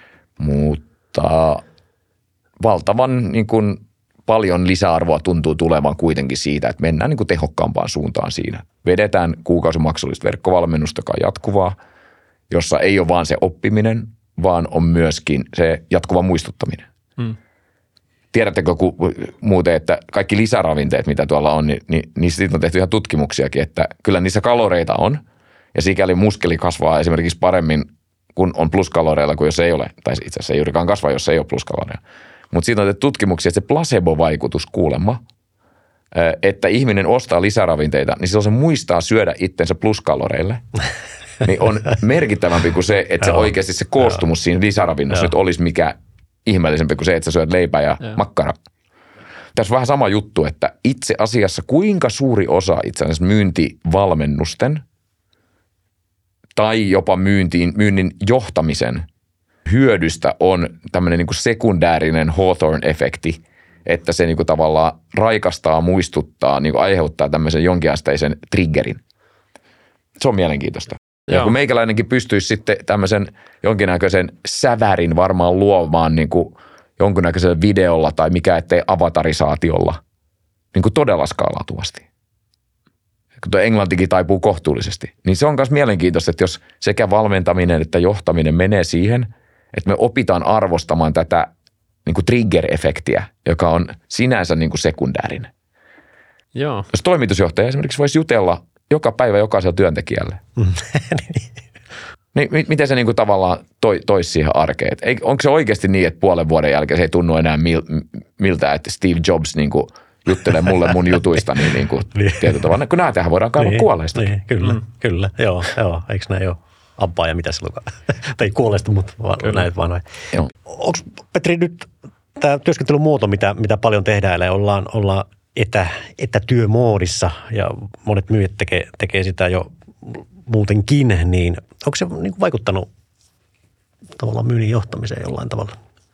Mutta valtavan niin kuin paljon lisäarvoa tuntuu tulevan kuitenkin siitä, että mennään niin kuin tehokkaampaan suuntaan siinä. Vedetään kuukausimaksullista verkkovalmennusta, joka on jatkuvaa, jossa ei ole vaan se oppiminen, vaan on myöskin se jatkuva muistuttaminen. Hmm. Tiedättekö ku, muuten, että kaikki lisäravinteet, mitä tuolla on, niin, niin niistä on tehty ihan tutkimuksiakin, että kyllä niissä kaloreita on. Ja sikäli muskeli kasvaa esimerkiksi paremmin, kun on pluskaloreilla kuin jos ei ole. Tai itse asiassa ei juurikaan kasva, jos ei ole pluskaloreilla. Mutta siitä on tehty tutkimuksia, että se placebo-vaikutus kuulemma, että ihminen ostaa lisäravinteita, niin silloin se muistaa syödä itsensä pluskaloreille. Niin on merkittävämpi kuin se, että se oikeasti se koostumus siinä lisäravinnossa nyt olisi mikä ihmeellisempi kuin se, että sä syöt leipää ja makkara. Tässä on vähän sama juttu, että itse asiassa kuinka suuri osa itse asiassa myyntivalmennusten tai jopa myyntiin, myynnin johtamisen hyödystä on tämmöinen niin kuin sekundäärinen Hawthorne-efekti, että se niin kuin tavallaan raikastaa, muistuttaa, niin kuin aiheuttaa tämmöisen jonkinasteisen triggerin. Se on mielenkiintoista. Ja kun meikäläinenkin pystyisi sitten tämmöisen jonkinnäköisen sävärin varmaan luomaan niin kuin jonkinnäköisellä videolla tai mikä ettei avatarisaatiolla niin kuin todella skaalautuvasti. Kun tuo englantikin taipuu kohtuullisesti, niin se on myös mielenkiintoista, että jos sekä valmentaminen että johtaminen menee siihen, että me opitaan arvostamaan tätä niin kuin trigger-efektiä, joka on sinänsä niin kuin sekundäärinen. Joo. Jos toimitusjohtaja esimerkiksi voisi jutella joka päivä jokaiselle työntekijälle, niin miten se niin kuin tavallaan toi, toisi siihen arkeen? Ei, onko se oikeasti niin, että puolen vuoden jälkeen se ei tunnu enää mil, miltä, että Steve Jobs niin kuin juttelee mulle mun jutuista, niin, niin kuin niin. tietyllä tavalla, kun näetähän voidaan kaivaa niin, kuolleista. Niin, kyllä, mm. kyllä, joo, joo, eikö näin ole? Abbaa ja mitä silloin, tai kuolleista, mutta vaan, näet vaan noin. Onko Petri nyt tämä työskentelyn muoto, mitä, mitä paljon tehdään, eli ollaan, ollaan etä, etätyömoodissa ja monet myyjät tekee, tekee sitä jo muutenkin, niin onko se niin kuin vaikuttanut tavallaan myynnin johtamiseen jollain tavalla?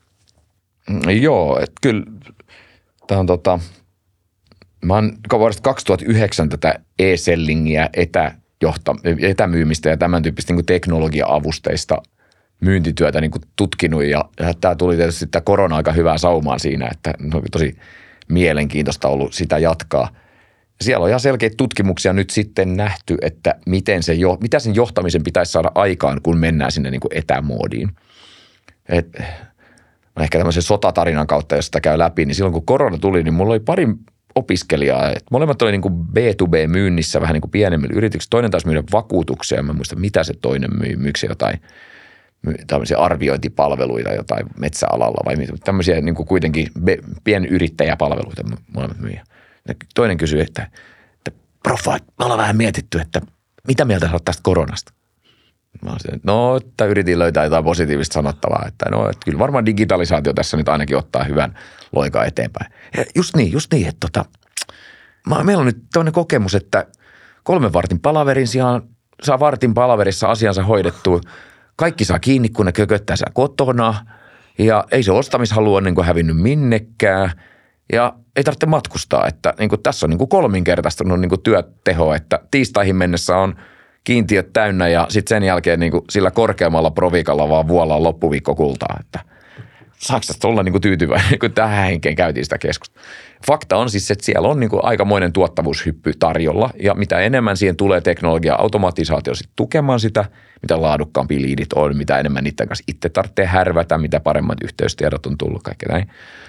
Joo, että kyllä tämä on tota, mä oon vuodesta kaksituhattayhdeksän tätä e-sellingiä, etäjohta, etämyymistä ja tämän tyyppistä niin kuin teknologia-avusteista myyntityötä niin kuin tutkinut ja, ja tämä tuli tietysti tämä korona aika hyvään saumaan siinä, että on tosi mielenkiintoista ollut sitä jatkaa. Siellä on ihan selkeitä tutkimuksia nyt sitten nähty, että miten se jo, mitä sen johtamisen pitäisi saada aikaan, kun mennään sinne niin kuin etämoodiin. Et, ehkä tämmöisen sotatarinan kautta, jos sitä käy läpi, niin silloin kun korona tuli, niin mulla oli pari opiskelijaa. Et molemmat oli niin kuin B to B-myynnissä vähän niin kuin pienemmillä yrityksillä. Toinen taas myydä vakuutuksia. Mä en muista, mitä se toinen myy. Myykö se jotain tämmöisiä arviointipalveluita jotain metsäalalla vai tämmöisiä niin kuin kuitenkin pienyrittäjäpalveluita molemmat myyjä. Toinen kysyi, että, että profa, me ollaan vähän mietitty, että mitä mieltä sä oot tästä koronasta? Mä olisin, että no, että yritin löytää jotain positiivista sanottavaa, että no, että kyllä varmaan digitalisaatio tässä nyt ainakin ottaa hyvän loikan eteenpäin. Ja just niin, just niin, että tota, mä, meillä on nyt tämmöinen kokemus, että kolmen vartin palaverin sijaan saa vartin palaverissa asiansa hoidettua. Kaikki saa kiinni, kun ne kököttää siellä kotona ja ei se ostamishalu ole niin kuin hävinnyt minnekään ja ei tarvitse matkustaa, että niin kuin tässä on niin kuin kolminkertaistunut niin kuin työteho, että tiistaihin mennessä on kiintiöt täynnä ja sitten sen jälkeen niin kuin sillä korkeammalla proviikalla vaan vuollaan loppuviikko kultaa, että saako tästä olla niin kuin tyytyväinen, kun tähän henkeen käytiin sitä keskustelua. Fakta on siis, että siellä on niin kuin aikamoinen tuottavuushyppy tarjolla ja mitä enemmän siihen tulee teknologia automatisaatio sitten tukemaan sitä, mitä laadukkaampi liidit on, mitä enemmän niiden kanssa itse tarvitsee härvätä, mitä paremmat yhteystiedot on tullut, kaikki näin.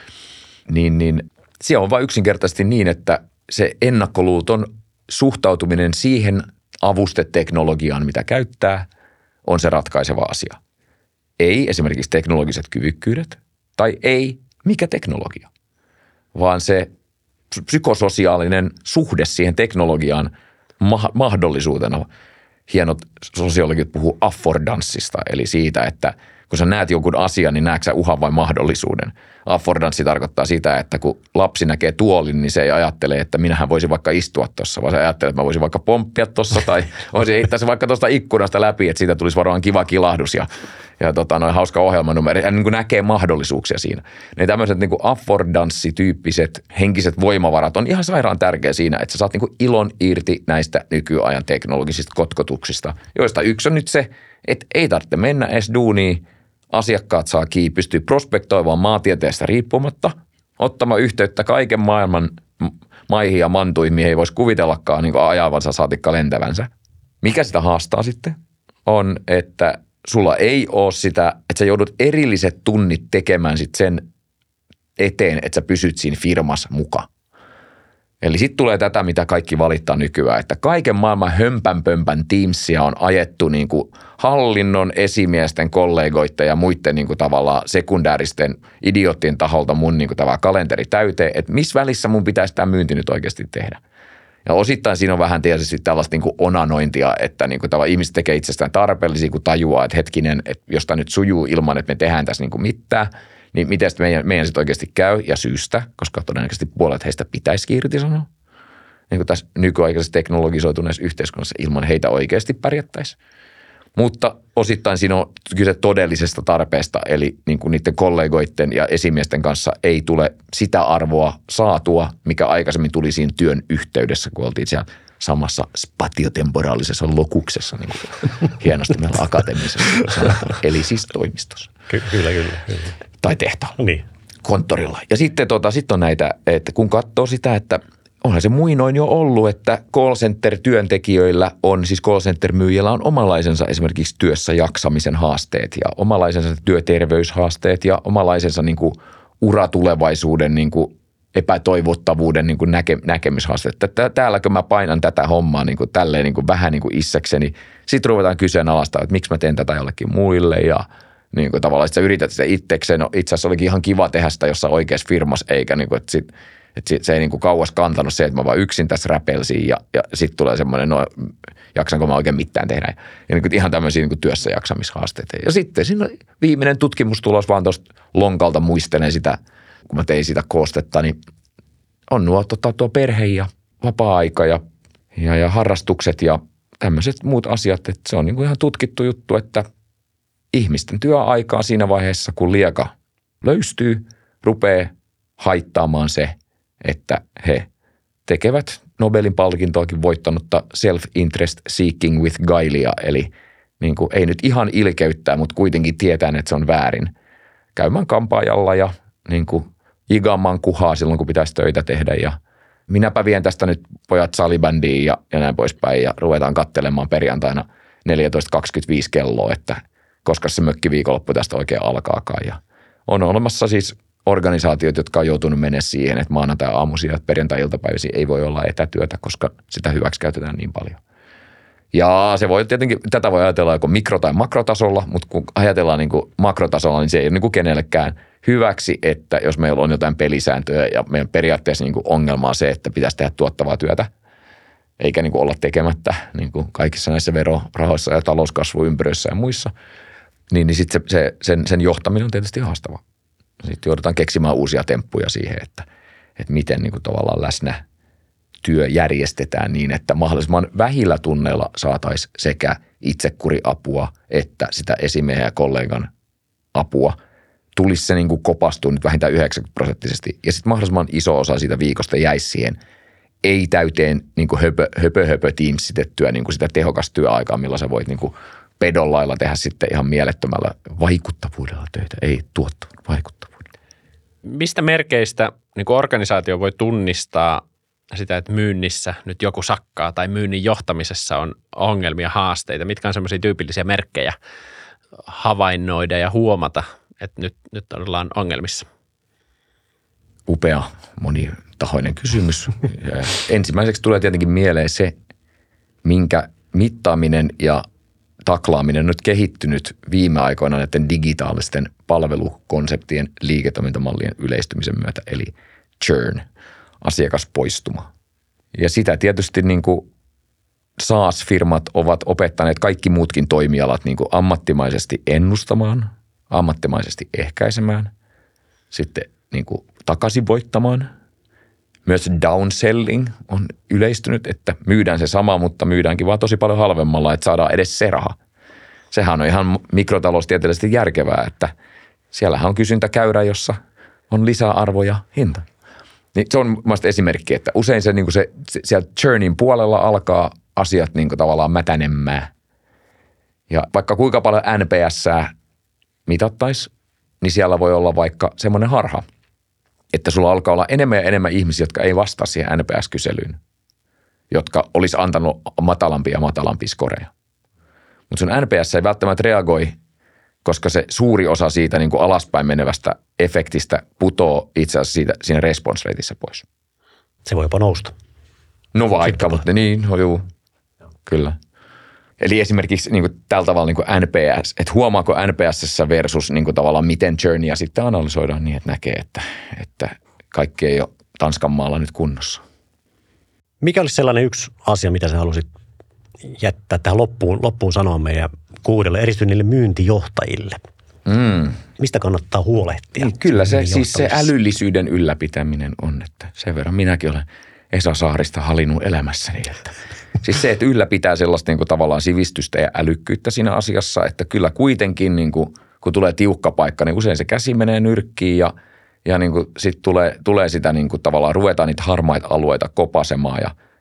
Niin, niin se on vain yksinkertaisesti niin, että se ennakkoluuton suhtautuminen siihen avusteteknologiaan, mitä käyttää, on se ratkaiseva asia. Ei esimerkiksi teknologiset kyvykkyydet tai ei mikä teknologia, vaan se psykososiaalinen suhde siihen teknologiaan ma- mahdollisuutena. Hienot sosiologit puhuu affordanssista, eli siitä, että kun sä näet jonkun asian, niin näetkö sä uhan vai mahdollisuuden. Affordanssi tarkoittaa sitä, että kun lapsi näkee tuolin, niin se ei ajattele, että minähän voisin vaikka istua tuossa, vaan se ajattelee, että mä voisin vaikka pomppia tuossa tai voisin heittää se vaikka tuosta ikkunasta läpi, että siitä tulisi varmaan kiva kilahdus ja, ja tota, noin hauska ohjelmanumeri. Ja niin kuin näkee mahdollisuuksia siinä. Ne tämmöiset niin kuin affordanssityyppiset henkiset voimavarat on ihan sairaan tärkeä siinä, että sä saat niin kuin ilon irti näistä nykyajan teknologisista kotkotuksista, joista yksi on nyt se, että ei tarvitse mennä edes duuniin. Asiakkaat saa kiinni, pystyy prospektoimaan maantieteestä riippumatta, ottamaan yhteyttä kaiken maailman maihin ja mantuihin, mihin ei voisi kuvitellakaan niin ajavansa saatikka lentävänsä. Mikä sitä haastaa sitten on, että sulla ei ole sitä, että sä joudut erilliset tunnit tekemään sit sen eteen, että sä pysyt siinä firmassa mukaan. Eli sitten tulee tätä, mitä kaikki valittaa nykyään, että kaiken maailman hömpänpömpän Teamsia on ajettu niin kuin hallinnon, esimiesten, kollegoiden ja muiden niin kuin tavallaan sekundääristen idioottien taholta mun niin kuin tavallaan kalenteri täyteen, että missä välissä mun pitäisi tämä myynti nyt oikeasti tehdä. Ja osittain siinä on vähän tietysti tällaista niin kuin onanointia, että niin kuin tavallaan ihmiset tekee itsestään tarpeellisia, kun tajuaa, että hetkinen, että jos tämä nyt sujuu ilman, että me tehdään tässä niin kuin mitään, niin miten meidän, meidän sitten oikeasti käy ja syystä, koska todennäköisesti puolet heistä pitäisi irtisanoa. Niin kuin tässä nykyaikaisessa teknologisoituneessa yhteiskunnassa ilman heitä oikeasti pärjättäisiin. Mutta osittain siinä on kyse todellisesta tarpeesta, eli niin kuin niiden kollegoiden ja esimiesten kanssa ei tule sitä arvoa saatua, mikä aikaisemmin tuli siinä työn yhteydessä, kun oltiin siellä samassa spatiotemporaalisessa lokuksessa, niin kuin hienosti meillä akateemisessa sanotaan, eli siis toimistossa. Ky- kyllä, kyllä, kyllä. Tai tehtaalla. Niin. Konttorilla. Ja sitten tota, sit on näitä, että kun katsoo sitä, että onhan se muinoin jo ollut, että call center-työntekijöillä on, siis call center-myyjillä on omalaisensa esimerkiksi työssä jaksamisen haasteet ja omalaisensa työterveyshaasteet ja omalaisensa niin kuin uratulevaisuuden niin kuin epätoivottavuuden niin kuin näke, näkemishaasteet. Täälläkö mä painan tätä hommaa niin kuin tälleen niin kuin vähän niin kuin issäkseni. Sitten ruvetaan kyseenalaistamaan, että miksi mä teen tätä jollekin muille ja niin kuin tavallaan, että sä yrität sitä itsekseen. No, itse asiassa olikin ihan kiva tehdä sitä jossain oikeassa firmassa, eikä niin kuin, että, sit, että se ei niin kuin kauas kantanut se, että mä vaan yksin tässä räpelsin ja, ja sitten tulee semmoinen, no jaksanko mä oikein mitään tehdä. Ja niin kuin ihan tämmöisiä niin kuin työssä jaksamishaasteita. Ja sitten siinä viimeinen tutkimustulos vaan tuosta lonkalta muistelen sitä, kun mä tein sitä koostetta, niin on nuo tota, tuo perhe ja vapaa-aika ja, ja, ja harrastukset ja tämmöiset muut asiat. Että se on niin kuin ihan tutkittu juttu, että ihmisten työaikaa siinä vaiheessa, kun lieka löystyy, rupeaa haittaamaan se, että he tekevät Nobelin palkintoakin voittanutta self-interest seeking with guilea, eli niin kuin, ei nyt ihan ilkeyttää, mutta kuitenkin tietää, että se on väärin. Käymään kampaajalla ja niin kuin, igaamaan kuhaa silloin, kun pitäisi töitä tehdä ja minäpä vien tästä nyt pojat salibändiin ja, ja näin poispäin ja ruvetaan katselemaan perjantaina neljätoista kaksikymmentäviisi kelloa, että koska se mökkiviikonloppu tästä oikein alkaakaan. Ja on olemassa siis organisaatiot, jotka on joutunut mennä siihen, että maanantai-aamuisia ja perjantai-iltapäivisiä ei voi olla etätyötä, koska sitä hyväksikäytetään niin paljon. Ja se voi tietenkin, tätä voi ajatella joko mikro- tai makrotasolla, mutta kun ajatellaan niin kuin makrotasolla, niin se ei ole niin kuin kenellekään hyväksi, että jos meillä on jotain pelisääntöjä ja meidän periaatteessa niin kuin ongelma on se, että pitäisi tehdä tuottavaa työtä, eikä niin kuin olla tekemättä niin kuin kaikissa näissä verorahoissa ja talouskasvuympyröissä ja muissa, niin, niin sitten se, se, sen, sen johtaminen on tietysti haastava. Sitten joudutaan keksimään uusia temppuja siihen, että, että miten niin kuin tavallaan läsnä työ järjestetään niin, että mahdollisimman vähillä tunneilla saataisiin sekä itsekuriapua että sitä esimiehen ja kollegan apua. Tulisi se niin kuin kopastua nyt vähintään yhdeksänkymmentä prosenttisesti ja sitten mahdollisimman iso osa siitä viikosta jäisi siihen ei täyteen niin kuin höpö, höpö, höpö teamsitettyä niin kuin sitä tehokasta työaikaa, millä sä voit niin kuin pedollailla tehdä sitten ihan mielettömällä vaikuttavuudella töitä, ei tuottavuudella, vaikuttavuudella. Mistä merkeistä niin kuin organisaatio voi tunnistaa sitä, että myynnissä nyt joku sakkaa tai myynnin johtamisessa on ongelmia, haasteita? Mitkä on semmoisia tyypillisiä merkkejä havainnoida ja huomata, että nyt, nyt ollaan ongelmissa? Upea, monitahoinen kysymys. Ensimmäiseksi tulee tietenkin mieleen se, minkä mittaaminen ja taklaaminen on nyt kehittynyt viime aikoina näiden digitaalisten palvelukonseptien liiketoimintamallien yleistymisen myötä, eli churn, asiakaspoistuma. Ja sitä tietysti niin kuin SaaS-firmat ovat opettaneet kaikki muutkin toimialat niin kuin ammattimaisesti ennustamaan, ammattimaisesti ehkäisemään, sitten niin kuin takaisin voittamaan. Myös downselling on yleistynyt, että myydään se sama, mutta myydäänkin vaan tosi paljon halvemmalla, että saadaan edes se raha. Sehän on ihan mikrotaloustieteellisesti järkevää, että siellähän on kysyntäkäyrä, jossa on lisäarvo ja hinta. Niin se on mielestäni esimerkki, että usein se, niin kuin se, se siellä churnin puolella alkaa asiat niin kuin tavallaan mätänemään. Ja vaikka kuinka paljon N P S:ää mitattaisi, niin siellä voi olla vaikka semmoinen harha, että sulla alkaa olla enemmän ja enemmän ihmisiä, jotka ei vastaa siihen N P S-kyselyyn, jotka olisi antanut matalampia ja matalampia skoreja. Mutta sun N P S ei välttämättä reagoi, koska se suuri osa siitä niin kuin alaspäin menevästä efektistä putoo itse asiassa siitä, siinä response rateissa pois. Se voi jopa nousta. No vaikka, mutta niin, no juu, kyllä. Eli esimerkiksi niin kuin tällä tavalla niin kuin N P S, että huomaako N P S:ssä versus niin kuin tavallaan miten journeya sitten analysoidaan niin, että näkee, että, että kaikki ei ole Tanskan maalla nyt kunnossa. Mikä olisi sellainen yksi asia, mitä sä halusit jättää tähän loppuun, loppuun sanoa meidän kuudelle erityisille myyntijohtajille? Mm. Mistä kannattaa huolehtia? Niin, kyllä se, siis se älyllisyyden ylläpitäminen on, että sen verran minäkin olen Esa Saarista hallinnut elämässäni, että siis se, että ylläpitää sellaista niin kuin tavallaan sivistystä ja älykkyyttä siinä asiassa, että kyllä kuitenkin niin kuin, kun tulee tiukka paikka, niin usein se käsi menee nyrkkiin ja, ja niin sitten tulee, tulee sitä niin kuin tavallaan ruvetaan niitä harmaita alueita kopasemaan ja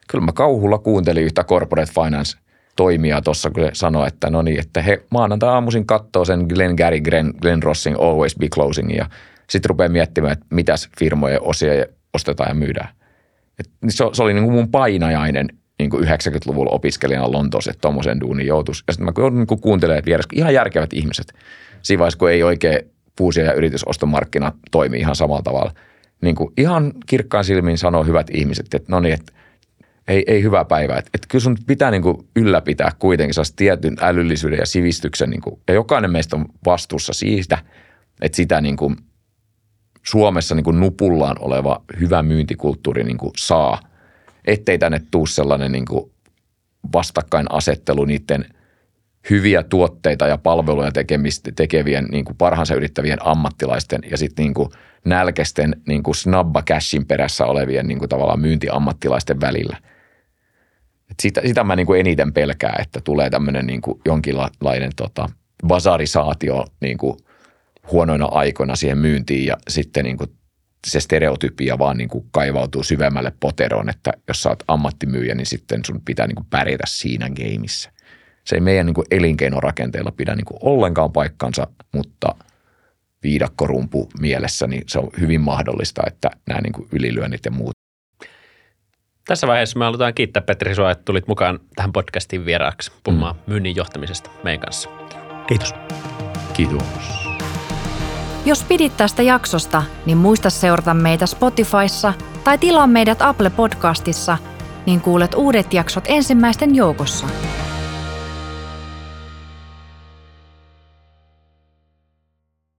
kyllä mä kauhulla kuuntelin yhtä corporate finance toimijaa tuossa, kun se sanoi, että no niin, että he maanantai-aamuisin katsoo sen Glenn Gary, Glenn, Glenn Rossin Always Be Closing ja sitten rupeaa miettimään, että mitäs firmojen osia ostetaan ja myydään. Et se, se oli niin kuin mun painajainen niin kuin yhdeksänkymmentäluvulla opiskelijana Lontoossa, että tuommoisen duunin joutuisi. Ja sitten mä joudun niin kuuntelemaan vieressä, ihan järkevät ihmiset. Siinä vaiheessa, kun ei oikein fuusio- ja yritysostomarkkina toimi ihan samalla tavalla. Niin kuin ihan kirkkaan silmin sanoo hyvät ihmiset, että no niin, että ei, ei hyvää päivää. Että, että kyllä sun pitää niin kuin ylläpitää kuitenkin sellaista tietyn älyllisyyden ja sivistyksen. Niin kuin, ja jokainen meistä on vastuussa siitä, että sitä niin kuin Suomessa niin kuin nupullaan oleva hyvä myyntikulttuuri niin kuin saa, ettei tänne tule sellainen niin kuin vastakkainasettelu niiden hyviä tuotteita ja palveluja tekemistä, tekevien niin kuin parhaansa yrittävien ammattilaisten ja sitten niin kuin nälkäisten niin kuin snabba cashin perässä olevien niin kuin tavallaan myyntiammattilaisten välillä. Et sitä, sitä mä niin kuin eniten pelkään, että tulee tämmöinen niin kuin jonkinlainen tota, basarisaatio niin kuin huonoina aikoina siihen myyntiin ja sitten niin kuin se stereotypia vaan niin kuin kaivautuu syvemmälle poteroon, että jos sä oot ammattimyyjä, niin sitten sun pitää niin kuin pärjätä siinä gameissa. Se ei meidän niin kuin elinkeinorakenteella pidä niin kuin ollenkaan paikkansa, mutta viidakkorumpu mielessä, niin se on hyvin mahdollista, että nämä niin kuin ylilyönnit ja muut. Tässä vaiheessa me halutaan kiittää Petri sua, että tulit mukaan tähän podcastiin vieraaksi puhumaan mm. myynnin johtamisesta meidän kanssa. Kiitos. Kiitos. Jos pidit tästä jaksosta, niin muista seurata meitä Spotifyssa tai tilaa meidät Apple Podcastissa, niin kuulet uudet jaksot ensimmäisten joukossa.